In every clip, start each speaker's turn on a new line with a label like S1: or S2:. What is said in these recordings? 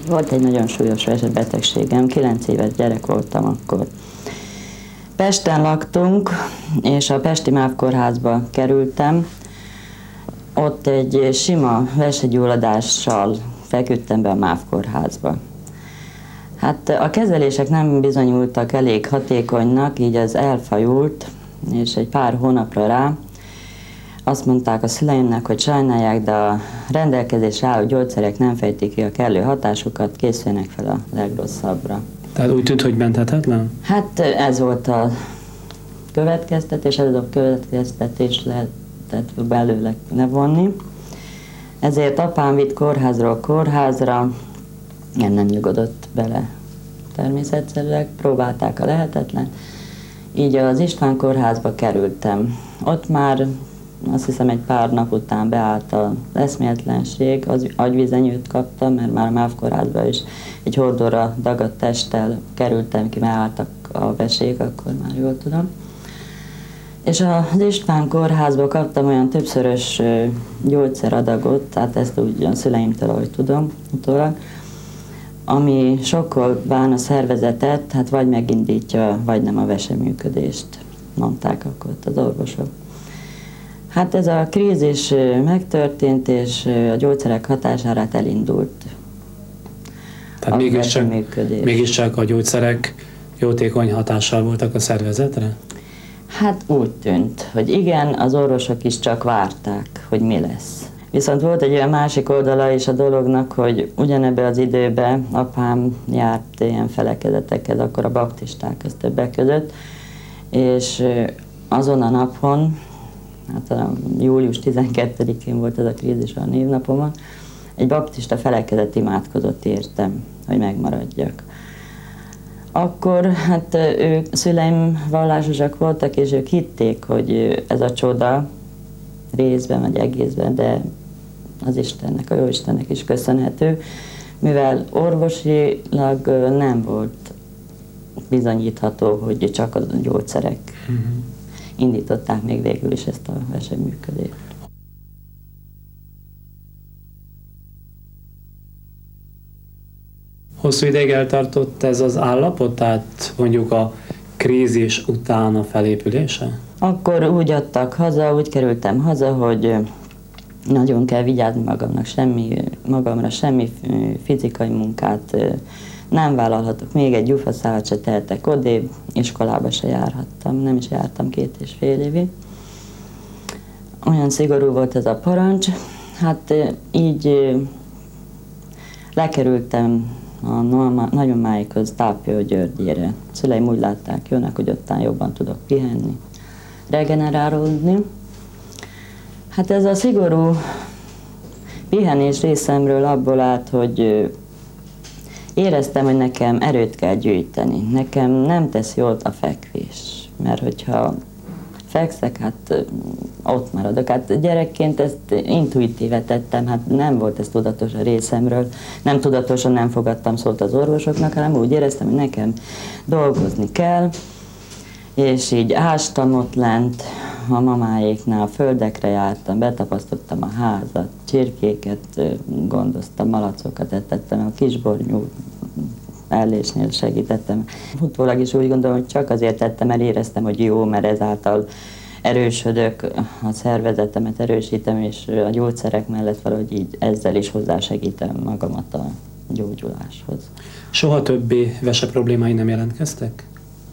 S1: Volt egy nagyon súlyos vesebetegségem, 9 éves gyerek voltam akkor. Pesten laktunk, és a pesti MÁV kórházba kerültem. Ott egy sima vesegyulladással feküdtem be a MÁV kórházba. Hát a kezelések nem bizonyultak elég hatékonynak, így az elfajult, és egy pár hónapra rá azt mondták a szüleimnek, hogy sajnálják, de a rendelkezésre álló gyógyszerek nem fejtik ki a kellő hatásukat, készüljenek fel a legrosszabbra.
S2: Tehát úgy tűnt, hogy menthetetlen?
S1: Hát ez volt a következtetés, ez a következtetés lehetett belőle levonni. Ezért apám vitt kórházról kórházra, én nem nyugodott bele természetszerűleg, próbálták a lehetetlen. Így az István kórházba kerültem. Ott már azt hiszem egy pár nap után beállt az eszméletlenség, az agyvizenyőt kaptam, mert már a MÁV kórházba is egy hordóra dagadt testtel kerültem ki, mert álltak a vesék, akkor már jól tudom. És az István kórházba kaptam olyan többszörös gyógyszeradagot, tehát ezt úgy a szüleimtől, ahogy tudom, utólag, ami sokkolván a szervezetet, hát vagy megindítja, vagy nem a veseműködést, mondták akkor az orvosok. Hát ez a krízis megtörtént, és a gyógyszerek hatására elindult.
S2: Tehát mégiscsak a gyógyszerek jótékony hatással voltak a szervezetre?
S1: Hát úgy tűnt, hogy igen, az orvosok is csak várták, hogy mi lesz. Viszont volt egy olyan másik oldala is a dolognak, hogy ugyanebben az időben apám járt ilyen felekezetekhez, akkor a baptistákhoz többek között, és azon a napon, hát a július 12-én volt ez a krízis a névnapomon, egy baptista felekezet imádkozott értem, hogy megmaradjak. Akkor hát ők, szüleim vallásosak voltak, és ők hitték, hogy ez a csoda részben vagy egészben, de az Istennek, a Jóistennek is köszönhető, mivel orvosilag nem volt bizonyítható, hogy csak a gyógyszerek indították még végül is ezt a veseműködést.
S2: Hosszú ideig eltartott ez az állapot, tehát mondjuk a krízis után a felépülése?
S1: Akkor úgy adtak haza, úgy kerültem haza, hogy nagyon kell vigyázni magamra semmi fizikai munkát nem vállalhatok. Még egy gyufaszálat se tehetek odébb, iskolába se járhattam, nem is jártam 2,5 évig. Olyan szigorú volt ez a parancs, hát így lekerültem a nagyon máikhoz, Tápjó Györgyére. Szüleim úgy látták jónak, hogy ottán jobban tudok pihenni, regenerálódni. Hát ez a szigorú pihenés részemről abból állt, hogy éreztem, hogy nekem erőt kell gyűjteni. Nekem nem tesz jót a fekvés, mert hogyha fekszek, hát ott maradok. Hát gyerekként ezt intuitíve tettem, hát nem volt ez tudatos a részemről. Nem tudatosan nem fogadtam szót az orvosoknak, hanem úgy éreztem, hogy nekem dolgozni kell, és így ástam ott lent, a mamáéknál, a földekre jártam, betapasztottam a házat, csirkéket gondoztam, malacokat etettem, a kisbornyú ellésnél segítettem. Utólag is úgy gondolom, hogy csak azért tettem, mert éreztem, hogy jó, mert ezáltal erősödök, a szervezetemet erősítem, és a gyógyszerek mellett valahogy így ezzel is hozzásegítem magamat a gyógyuláshoz.
S2: Soha többé vese problémái nem jelentkeztek?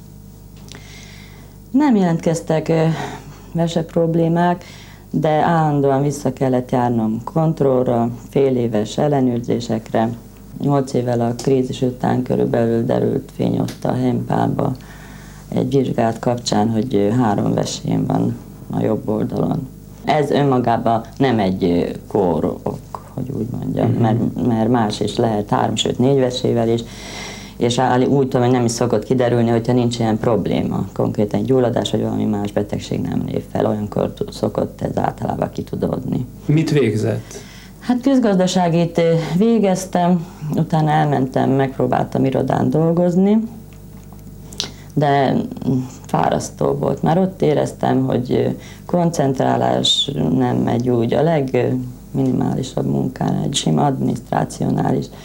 S1: Nem jelentkeztek vese problémák, de állandóan vissza kellett járnom kontrollra, fél éves ellenőrzésekre. 8 évvel a krízis után körülbelül derült fény ott a Hempálba egy vizsgálat kapcsán, hogy 3 vesém van a jobb oldalon. Ez önmagában nem egy kórok, hogy úgy mondjam, mert más is lehet 3, sőt 4 vesével is, és úgy tudom, hogy nem is szokott kiderülni, hogyha nincs ilyen probléma, konkrétan egy gyulladás, vagy valami más betegség nem lép fel, olyankor szokott ez általában kitudódni.
S2: Mit végzett?
S1: Hát közgazdaságit végeztem, utána elmentem, megpróbáltam irodán dolgozni, de fárasztó volt. Már ott éreztem, hogy koncentrálás nem megy úgy, a legminimálisabb munkán, egy sima adminisztrációnál is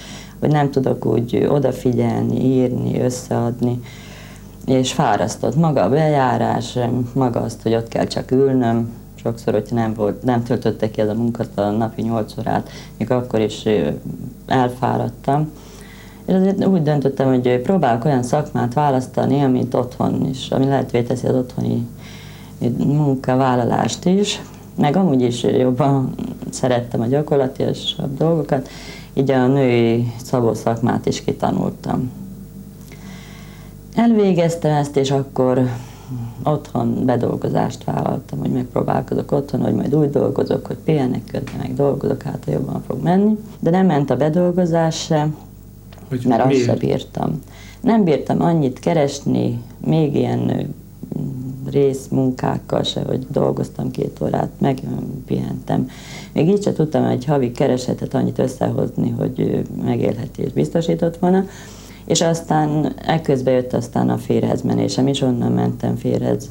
S1: hogy nem tudok úgy odafigyelni, írni, összeadni, és fárasztott maga a bejárás, maga azt, hogy ott kell csak ülnöm. Sokszor, hogyha nem töltötte ki ez a munkat a napi 8 órát, még akkor is elfáradtam. És azért úgy döntöttem, hogy próbálok olyan szakmát választani, amit otthon is, ami lehetővé teszi az otthoni munkavállalást is, meg amúgy is jobban szerettem a gyakorlatilasabb dolgokat, így a női szabó szakmát is kitanultam. Elvégeztem ezt, és akkor otthon bedolgozást vállaltam, hogy megpróbálkozok otthon, hogy majd úgy dolgozok, hogy pihenek közben meg dolgozok, hát jobban fog menni. De nem ment a bedolgozás se, mert azt se bírtam. Nem bírtam annyit keresni, még ilyen részmunkákkal se, hogy dolgoztam 2 órát, megpihentem. Még így se tudtam egy havi keresetet annyit összehozni, hogy megélhetést biztosított volna. És aztán ekközben jött aztán a férjhez menésem, és onnan mentem férjhez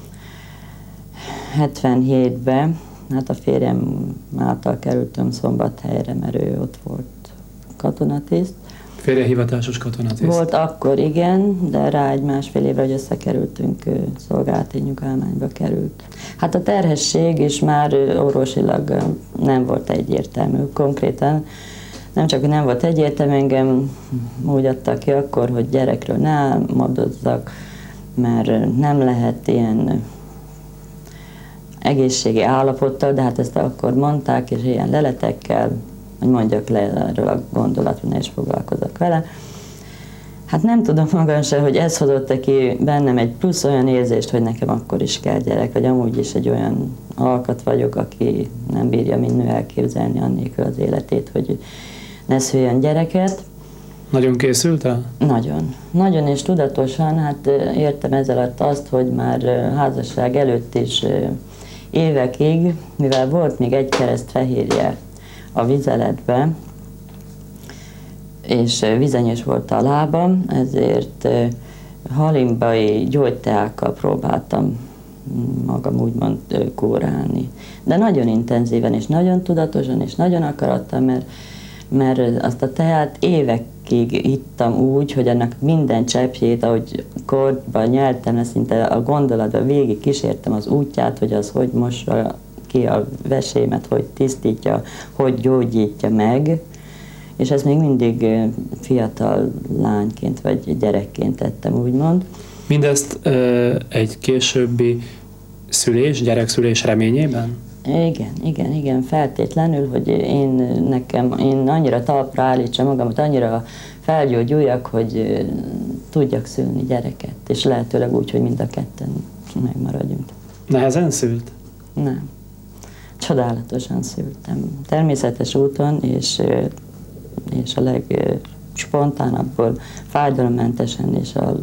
S1: 77-be. Hát a férjem által kerültem Szombathelyre, mert ő ott volt katonatiszt.
S2: Férje hivatásos katonatiszt?
S1: Volt akkor, igen, de rá egy 1,5 évre, hogy összekerültünk, szolgálati nyugalmányba került. Hát a terhesség is már orvosilag nem volt egyértelmű. Konkrétan nem csak, hogy nem volt egyértelmű, engem úgy adtak ki akkor, hogy gyerekről ne álmodozzak, mert nem lehet ilyen egészségi állapottal, de hát ezt akkor mondták, és ilyen leletekkel, hogy mondjak le erről a gondolatról, ne is foglalkozok vele. Hát nem tudom magam se, hogy ez hozott ki bennem egy plusz olyan érzést, hogy nekem akkor is kell gyerek, vagy amúgy is egy olyan alkat vagyok, aki nem bírja mind nő elképzelni annélkül az életét, hogy ne szüljön gyereket.
S2: Nagyon készültél?
S1: Nagyon. Nagyon és tudatosan, hát értem ezzel alatt azt, hogy már házasság előtt is évekig, mivel volt még egy kereszt fehérje a vizeletbe, és vizenyes volt a lábam, ezért halimbai gyógyteákkal próbáltam magam úgymond kórálni. De nagyon intenzíven, és nagyon tudatosan, és nagyon akarattal, mert azt a teát évekig ittam úgy, hogy annak minden cseppjét, ahogy kortban nyeltem le, szinte a gondolatban végig kísértem az útját, hogy az hogy mossa ki a vesémet, hogy tisztítja, hogy gyógyítja meg, és ezt még mindig fiatal lányként vagy gyerekként tettem, úgymond.
S2: Mindezt egy későbbi gyerekszülés reményében?
S1: Igen, feltétlenül, hogy én annyira talpra állítsam magamat, annyira felgyógyuljak, hogy tudjak szülni gyereket, és lehetőleg úgy, hogy mind a ketten megmaradjunk.
S2: Nehezen szült?
S1: Nem. Csodálatosan szültem. Természetes úton, és a legspontánabból, fájdalommentesen, és a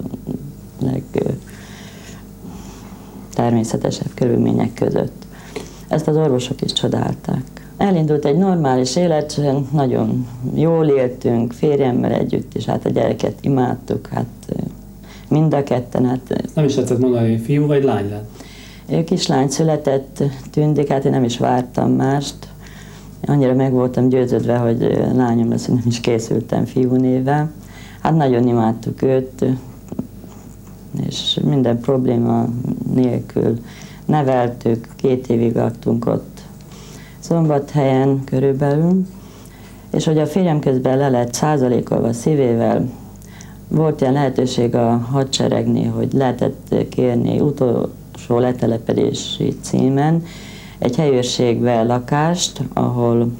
S1: legtermészetesebb körülmények között. Ezt az orvosok is csodálták. Elindult egy normális élet, nagyon jól éltünk, férjemmel együtt, és hát a gyereket imádtuk, hát mind a ketten. Hát,
S2: nem is tetszett mondani, hogy fiú vagy lány lett?
S1: Kislány született, Tündik, hát én nem is vártam mást. Annyira meg voltam győződve, hogy lányom lesz, hogy nem is készültem fiúnévvel. Hát nagyon imádtuk őt, és minden probléma nélkül neveltük, 2 évig laktunk ott Szombathelyen körülbelül, és hogy a férjem közben le lett százalékolva a szívével, volt ilyen lehetőség a hadseregnél, hogy lehetett kérni utolsó letelepedési címen egy helyőrségbe lakást, ahol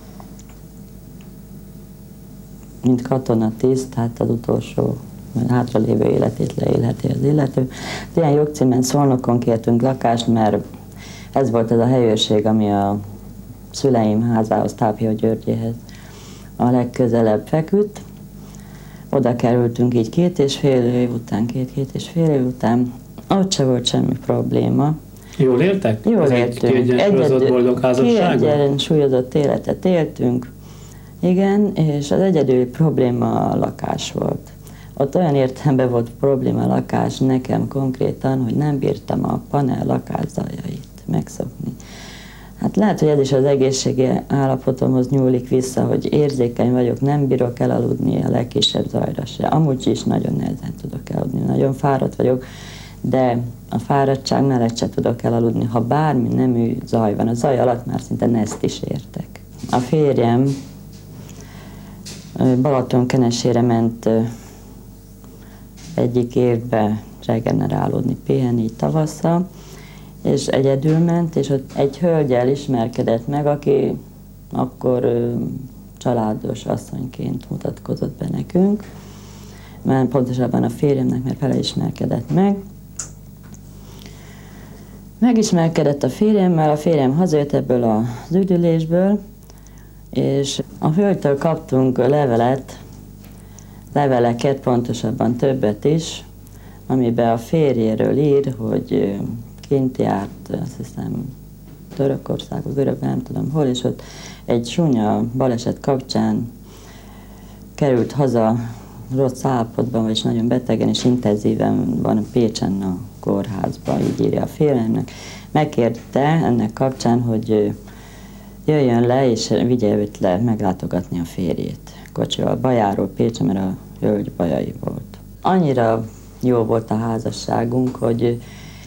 S1: mint katonatiszt, hát az utolsó hátralévő életét leélheti az illető. Ilyen jogcímen Szolnokon kértünk lakást, mert ez volt ez a helyőrség, ami a szüleim házához, Tápja-Györgyéhez a legközelebb feküdt. Oda kerültünk így 2,5 év után, két és fél év után. Ott se volt semmi probléma.
S2: Jól éltek?
S1: Jól éltünk.
S2: Kiegyensúlyozott boldog házasságban?
S1: Kiegyensúlyozott életet éltünk. Igen, és az egyedüli probléma a lakás volt. Ott olyan értelemben volt probléma a lakás nekem konkrétan, hogy nem bírtam a panel lakászajait megszokni. Hát lehet, hogy ez is az egészségi állapotomhoz nyúlik vissza, hogy érzékeny vagyok, nem bírok elaludni a legkisebb zajra se. Amúgy is nagyon nehezen tudok elaludni, nagyon fáradt vagyok, de a fáradtság mellett se tudok elaludni, ha bármi nemű zaj van. A zaj alatt már szinte nezt is értek. A férjem Balatonkenesére ment egyik évbe regenerálódni, pihenni így tavasszal, és egyedül ment, és ott egy hölgyel ismerkedett meg, aki akkor családos asszonyként mutatkozott be nekünk, mert pontosabban a férjemnek, mert vele ismerkedett meg. Megismerkedett a férjemmel, a férjem hazajött ebből az üdülésből, és a hölgytől kaptunk leveleket, pontosabban többet is, amiben a férjéről ír, hogy kint járt, azt hiszem, Törökországban, Görögben, nem tudom hol, és ott egy súnya baleset kapcsán került haza rossz állapotban, vagyis nagyon betegen, és intenzíven van Pécsen a kórházban, így írja a férjemnek. Megkérte ennek kapcsán, hogy jöjjön le, és vigye őt le meglátogatni a férjét kocsival. Bajáról Pécsre, mert a hölgy bajai volt. Annyira jó volt a házasságunk, hogy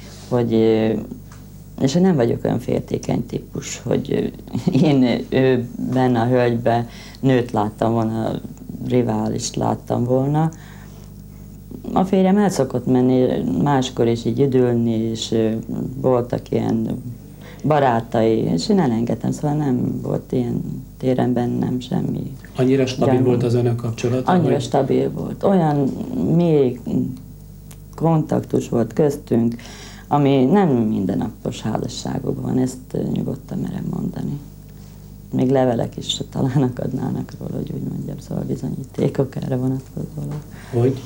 S1: és én nem vagyok olyan féltékeny típus, hogy én benne a hölgyben nőt láttam volna, riválist láttam volna. A férjem el szokott menni máskor is így üdülni, és voltak ilyen barátai, és én elengedtem, szóval nem volt ilyen téren bennem semmi.
S2: Annyira stabil volt az önök kapcsolata?
S1: Annyira stabil volt. Olyan mély kontaktus volt köztünk, ami nem mindennapos házasságokban van, ezt nyugodtan merem mondani. Még levelek is talán akadnának róla, hogy úgy mondjam, szóval bizonyítékok erre vonatkozólag.
S2: Hogy?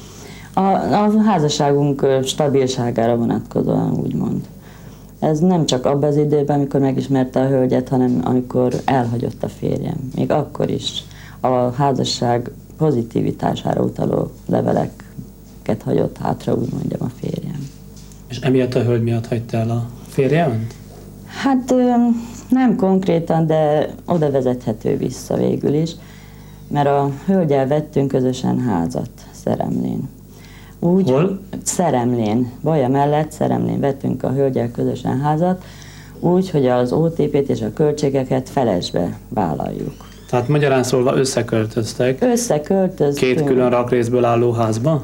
S1: A házasságunk stabilságára vonatkozóan, úgymond. Ez nem csak abban az időben, amikor megismerte a hölgyet, hanem amikor elhagyott a férjem. Még akkor is a házasság pozitivitására utaló leveleket hagyott hátra, úgy mondjam, a férjem.
S2: És emiatt a hölgy miatt hagyta el a férje önt?
S1: Hát nem konkrétan, de oda vezethető vissza végül is, mert a hölgyel vettünk közösen házat Szeremlén. Úgy,
S2: hol?
S1: Szeremlén, Baja mellett Szeremlén vettünk a hölgyel közösen házat, úgy, hogy az OTP-t és a költségeket felesbe vállaljuk.
S2: Tehát magyarán szólva összeköltöztek?
S1: Összeköltöztünk.
S2: Két külön rakrészből álló házba?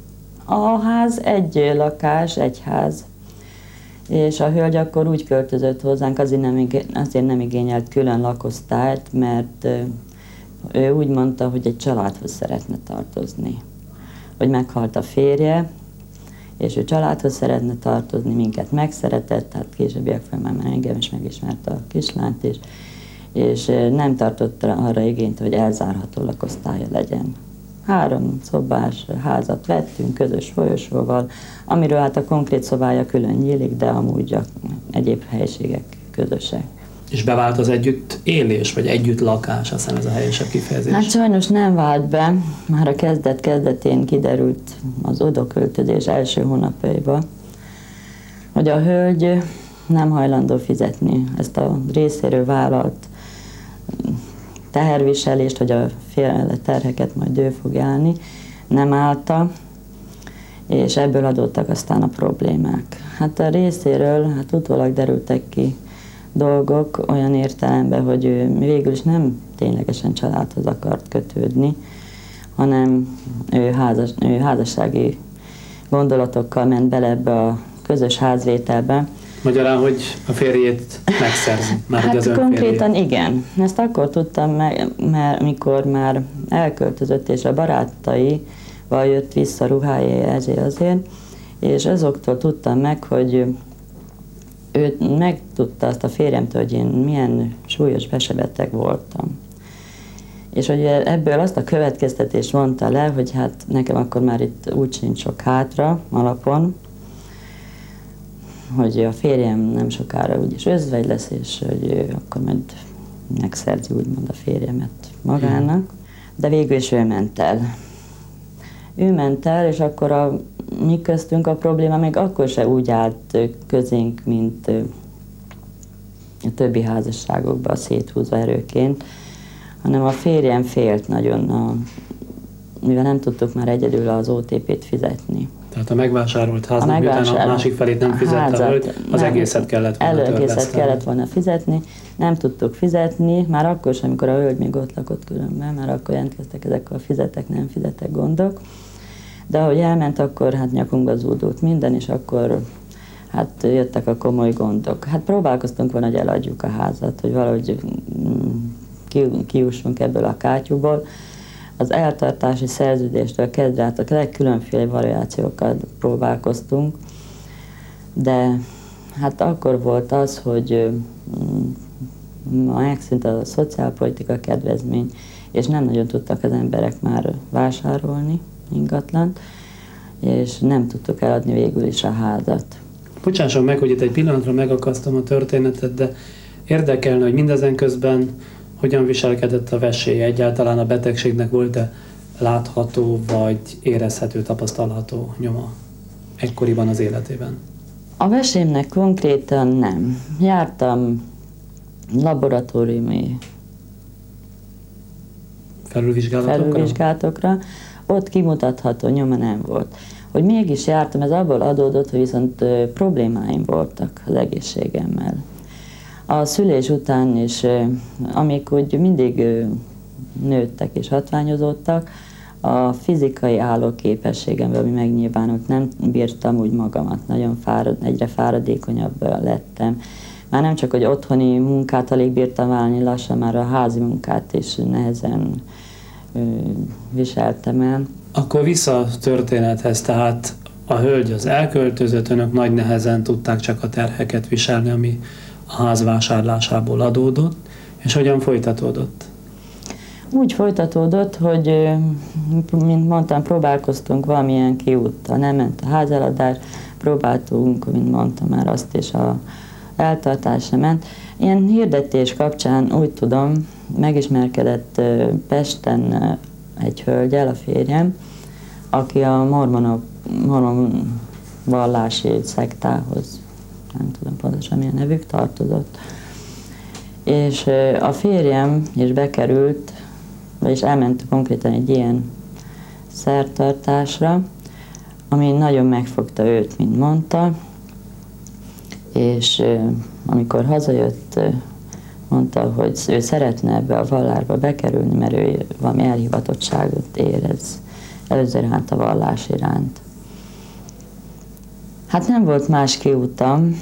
S1: A ház egy lakás, egy ház, és a hölgy akkor úgy költözött hozzánk, azért nem igényelt külön lakosztályt, mert ő úgy mondta, hogy egy családhoz szeretne tartozni. Hogy meghalt a férje, és ő családhoz szeretne tartozni, minket megszeretett, tehát későbbiekben már engem is megismerte a kislányt is, és nem tartotta arra igényt, hogy elzárható lakosztálya legyen. 3 szobás házat vettünk közös folyosóval, amiről hát a konkrét szobája külön nyílik, de amúgy a egyéb helyiségek közösek.
S2: És bevált az együtt élés, vagy együtt lakás, azt hiszem ez a helyesebb kifejezés.
S1: Hát sajnos nem vált be, már a kezdetén kiderült az odaköltözés első hónapjaiban, hogy a hölgy nem hajlandó fizetni ezt a részéről vállalt teherviselést, hogy a féle terheket majd ő fog állni, nem állta, és ebből adottak aztán a problémák. Hát a részéről, hát utólag derültek ki dolgok olyan értelemben, hogy ő végül is nem ténylegesen családhoz akart kötődni, hanem ő házassági gondolatokkal ment bele ebbe a közös házvételbe.
S2: Magyarán, hogy a férjét megszerzi.
S1: Hát konkrétan igen. Ezt akkor tudtam meg, mert mikor már elköltözött, és a barátaival jött vissza ruhájáért azért, és azoktól tudtam meg, hogy ő megtudta azt a férjemtől, hogy én milyen súlyos besebeteg voltam. És hogy ebből azt a következtetést vonta le, hogy hát nekem akkor már itt úgy sincs sok hátra alapon, hogy a férjem nem sokára úgyis özvegy lesz, és hogy ő akkor majd megszerzi úgymond a férjemet magának. De végül is ő ment el. Ő ment el, és akkor mi köztünk a probléma még akkor se úgy állt közénk, mint a többi házasságokba széthúzva erőként, hanem a férjem félt nagyon, mivel nem tudtuk már egyedül az OTP-t fizetni.
S2: Tehát a megvásárolt háznak, miután a másik felét nem fizette, az egészet kellett volna
S1: egészet kellett volna fizetni, nem tudtuk fizetni, már akkor sem, amikor a hölgy még ott lakott különben, már akkor jelentkeztek ezek a fizetek, nem fizetek gondok. De ahogy elment, akkor hát nyakunkba zúdult minden, és akkor hát jöttek a komoly gondok. Hát próbálkoztunk volna, hogy eladjuk a házat, hogy valahogy kiussunk ebből a kátyúból. Az eltartási szerződéstől kezdve hát a legkülönféle variációkkal próbálkoztunk, de hát akkor volt az, hogy megszűnt a szociálpolitika kedvezmény, és nem nagyon tudtak az emberek már vásárolni ingatlant, és nem tudtuk eladni végül is a házat.
S2: Bocsásson meg, hogy itt egy pillanatra megakasztom a történetet, de érdekelne, hogy mindezen közben hogyan viselkedett a vesély? Egyáltalán a betegségnek volt-e látható vagy érezhető, tapasztalható nyoma egykoriban az életében?
S1: A vesémnek konkrétan nem. Jártam laboratóriumi felülvizsgálatokra, ott kimutatható nyoma nem volt. Hogy mégis jártam, ez abból adódott, hogy viszont problémáim voltak az egészségemmel. A szülés után is, amik úgy mindig nőttek és hatványozódtak, a fizikai állóképességemben, ami megnyilvánult, nem bírtam úgy magamat, nagyon egyre fáradékonyabb lettem. Már nem csak, hogy otthoni munkát alig bírtam válni, lassan már a házi munkát is nehezen viseltem el.
S2: Akkor vissza a történethez, tehát a hölgy az elköltözött, önök nagy nehezen tudták csak a terheket viselni, ami a ház vásárlásából adódott, és hogyan folytatódott?
S1: Úgy folytatódott, hogy, mint mondtam, próbálkoztunk valamilyen kiúttal, nem ment a házeladás, próbáltunk, mint mondtam már, azt is a eltartás sem ment. Ilyen hirdetés kapcsán úgy tudom, megismerkedett Pesten egy hölgyel, a férjem, aki a mormon vallási szektához, nem tudom pontosan milyen nevük, tartozott. És a férjem is bekerült, vagyis elment konkrétan egy ilyen szertartásra, ami nagyon megfogta őt, mint mondta, és amikor hazajött, mondta, hogy ő szeretne ebbe a vallásba bekerülni, mert ő valami elhivatottságot érez előző iránt, a vallás iránt. Hát nem volt más kiútam,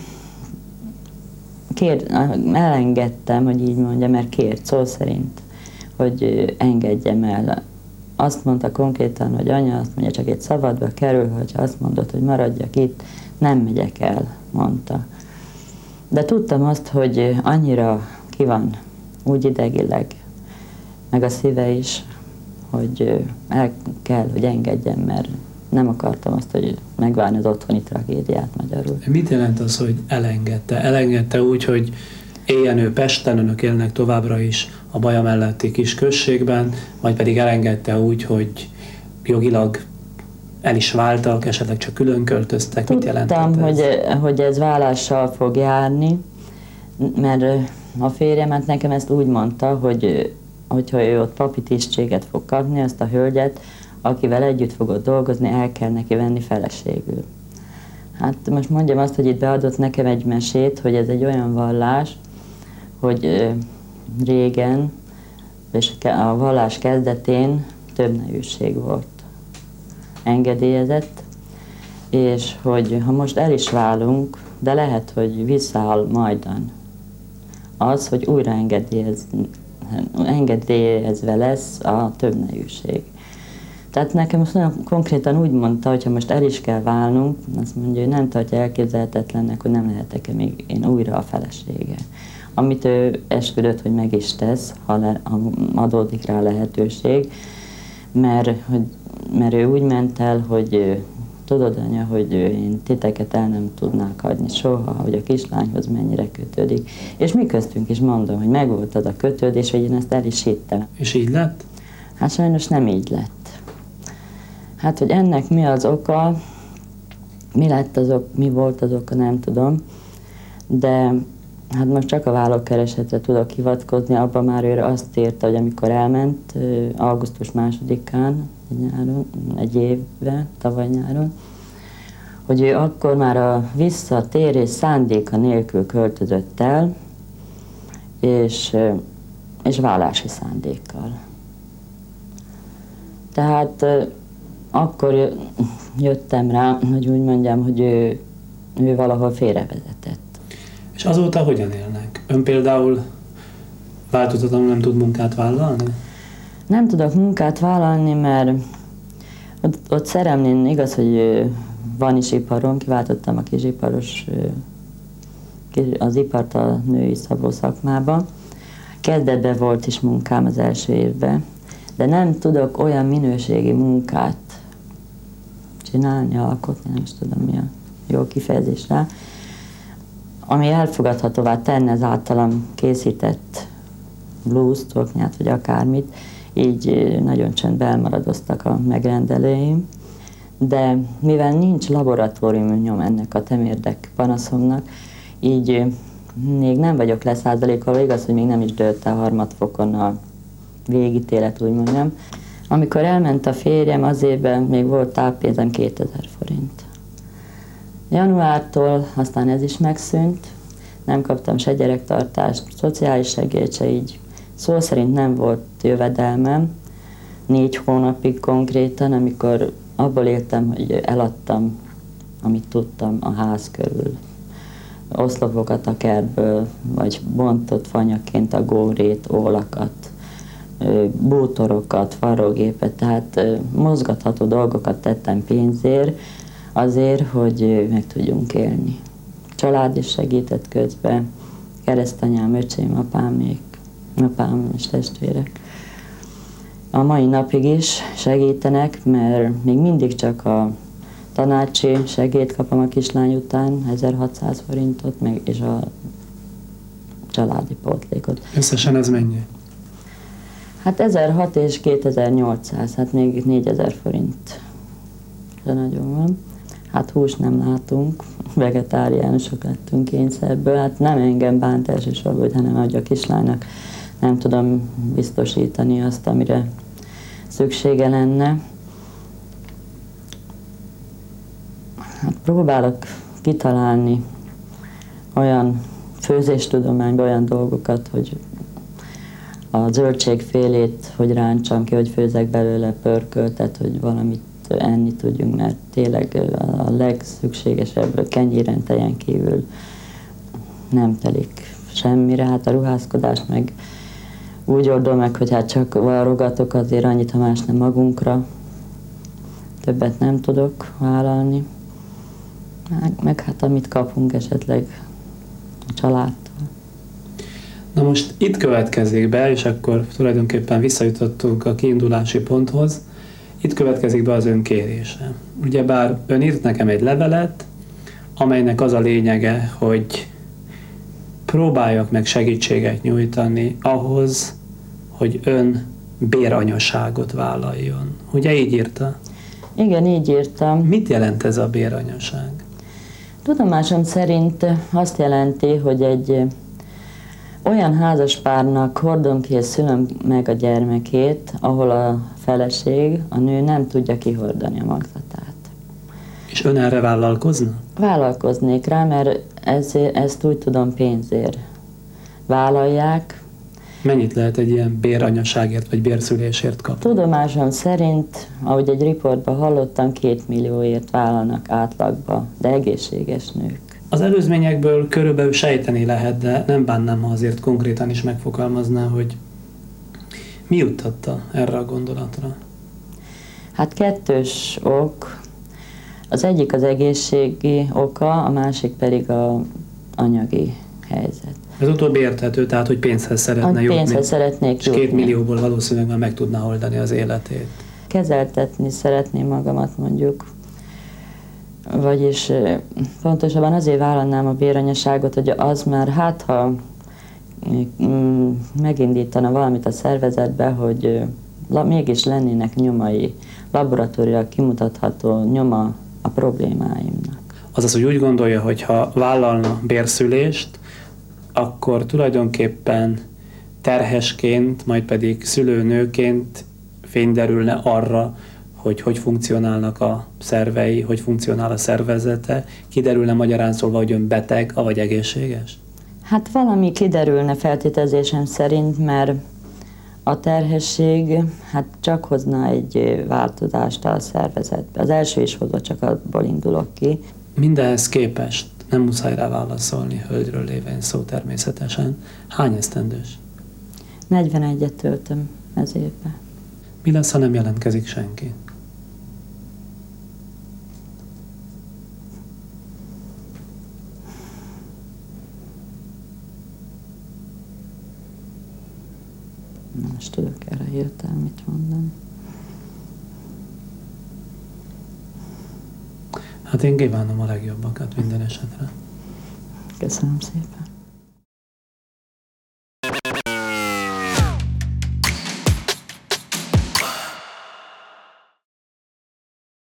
S1: elengedtem, hogy így mondja, mert kért szó szerint, hogy engedjem el. Azt mondta konkrétan, hogy anya, azt mondja, csak egy szabadba kerül, hogyha azt mondod, hogy maradjak itt, nem megyek el, mondta. De tudtam azt, hogy annyira ki van úgy idegileg, meg a szíve is, hogy el kell, hogy engedjem, mert nem akartam azt, hogy megvárni az otthoni tragédiát magyarul.
S2: Mit jelent az, hogy elengedte? Elengedte úgy, hogy éljen ő Pesten, önök élnek továbbra is a Baja melletti kis községben, vagy pedig elengedte úgy, hogy jogilag el is váltak, esetleg csak külön költöztek? Mit jelentett ez?
S1: Tudtam, hogy ez válással fog járni, mert a férjemet nekem ezt úgy mondta, hogy hogyha ő ott papi tisztséget fog kapni, azt a hölgyet, akivel együtt fogod dolgozni, el kell neki venni feleségül. Hát most mondjam azt, hogy itt beadott nekem egy mesét, hogy ez egy olyan vallás, hogy régen, és a vallás kezdetén több nevűség volt engedélyezett, és hogy ha most el is válunk, de lehet, hogy visszaáll majdan az, hogy újra engedélyezve lesz a több nevűség. Tehát nekem most nagyon konkrétan úgy mondta, hogy ha most el is kell válnunk, azt mondja, hogy nem tartja elképzelhetetlennek, hogy nem lehetek-e még én újra a felesége. Amit ő esküdött, hogy meg is tesz, ha adódik rá lehetőség, mert ő úgy ment el, hogy tudod, anya, hogy én titeket el nem tudnák hagyni soha, hogy a kislányhoz mennyire kötődik. És mi köztünk is mondom, hogy megvolt az a kötődés, hogy én ezt el is hittem.
S2: És így lett?
S1: Hát sajnos nem így lett. Hát, hogy ennek mi az oka, mi volt az oka, nem tudom, de Hát most csak a vállókeresetre tudok hivatkozni, abban már ő azt írta, hogy amikor elment augusztus 2-án, egy évben, tavaly nyáron, hogy ő akkor már a visszatérés szándéka nélkül költözött el, és vállási szándékkal. Tehát akkor jöttem rá, hogy úgy mondjam, hogy ő valahol félrevezetett.
S2: És azóta hogyan élnek? Ön például változatlanul nem tud munkát vállalni?
S1: Nem tudok munkát vállalni, mert ott Szeremlén igaz, hogy van is iparom, kiváltottam a kisiparos, az ipart a női szabó szakmába. Kezdetben volt is munkám az első évben, de nem tudok olyan minőségi munkát csinálni, alkotni, nem is tudom mi a jó kifejezés rá, ami elfogadhatóvá tenne az általam készített blúzt, oknyát vagy akármit, így nagyon csöndben elmaradoztak a megrendelőim, de mivel nincs laboratórium nyom ennek a temérdek panaszomnak, így még nem vagyok leszázalékolva, igaz, hogy még nem is dőlt el harmadfokon a végítélet, úgy mondjam. Amikor elment a férjem, az évben még volt táppénzem 2000 forint. Januártól aztán ez is megszűnt, nem kaptam se gyerektartást, szociális segélyt se, így szó szerint nem volt jövedelmem, 4 hónapig konkrétan, amikor abból éltem, hogy eladtam, amit tudtam a ház körül. Oszlopokat a kertből, vagy bontott fanyaként a górét, ólakat, bútorokat, varrógépet, tehát mozgatható dolgokat tettem pénzért, azért, hogy meg tudjunk élni. Család is segített közben, keresztanyám, öcsém, apám és testvérek. A mai napig is segítenek, mert még mindig csak a tanácsi segélyt kapom a kislány után, 1600 forintot, meg és a családi pótlékot.
S2: Összesen ez mennyi?
S1: Hát 1600 és 2800, hát még 4000 forint. De nagyon van. Hát húst nem látunk, vegetáriánusok lettünk kényszerből, hát nem engem bánt elsősorban, hanem hogy a kislánynak nem tudom biztosítani azt, amire szüksége lenne. Hát próbálok kitalálni olyan főzéstudományban olyan dolgokat, hogy a zöldségfélét, hogy rántsam ki, hogy főzek belőle pörköltet, hogy valamit enni tudjunk, mert tényleg a legszükségesebb kenyéren, tejen kívül nem telik semmire. Hát a ruházkodást meg úgy oldom meg, hogy hát csak varrogatok azért annyit, ha más nem magunkra. Többet nem tudok vállalni. Meg hát amit kapunk esetleg a családtól.
S2: Na most itt következik be, és akkor tulajdonképpen visszajutottunk a kiindulási ponthoz, itt következik be az önkérése. Ugyebár ön írt nekem egy levelet, amelynek az a lényege, hogy próbáljak meg segítséget nyújtani ahhoz, hogy ön béranyaságot vállaljon. Ugye így írta?
S1: Igen, így írtam.
S2: Mit jelent ez a béranyaság?
S1: Tudomásom szerint azt jelenti, hogy egy olyan házaspárnak hordom ki és szülöm meg a gyermekét, ahol a feleség, a nő nem tudja kihordani a magzatát.
S2: És ön erre vállalkozna?
S1: Vállalkoznék rá, mert ezt úgy tudom pénzért vállalják.
S2: Mennyit lehet egy ilyen béranyaságért vagy bérszülésért kapni?
S1: Tudomásom szerint, ahogy egy riportban hallottam, 2 millióért vállalnak átlagba, de egészséges nők.
S2: Az előzményekből körülbelül sejteni lehet, de nem bánnám, ha azért konkrétan is megfogalmazná, hogy mi juttatta erre a gondolatra?
S1: Hát 2 ok. Az egyik az egészségi oka, a másik pedig az anyagi helyzet.
S2: Ez utóbbi érthető, tehát hogy pénzhez szeretne jutni.
S1: Pénzhez szeretnék
S2: és
S1: jutni.
S2: 2 millióból valószínűleg már meg tudná oldani az életét.
S1: Kezeltetni szeretném magamat, mondjuk. Vagyis pontosabban azért vállalnám a béranyaságot, hogy az már ha megindítana valamit a szervezetbe, hogy mégis lennének nyomai, laboratóriumban kimutatható nyoma a problémáimnak.
S2: Azaz, hogy úgy gondolja, hogy ha vállalna bérszülést, akkor tulajdonképpen terhesként, majd pedig szülőnőként fényderülne arra, hogy funkcionálnak a szervei, hogy funkcionál a szervezete, kiderülne magyarán szólva, hogy ön beteg, avagy egészséges?
S1: Hát valami kiderülne feltételezésem szerint, mert a terhesség hát csak hozna egy változást a szervezetbe. Az első is hozott, csak abból indulok ki.
S2: Mindehhez képest nem muszáj rá válaszolni, hölgyről lévén szó természetesen. Hány esztendős?
S1: 41-et töltöm ez évben.
S2: Mi lesz, ha nem jelentkezik senki?
S1: Nem is tudok erre hirtelen mit mondani.
S2: Hát én kívánom a legjobbakat minden esetre.
S1: Köszönöm szépen.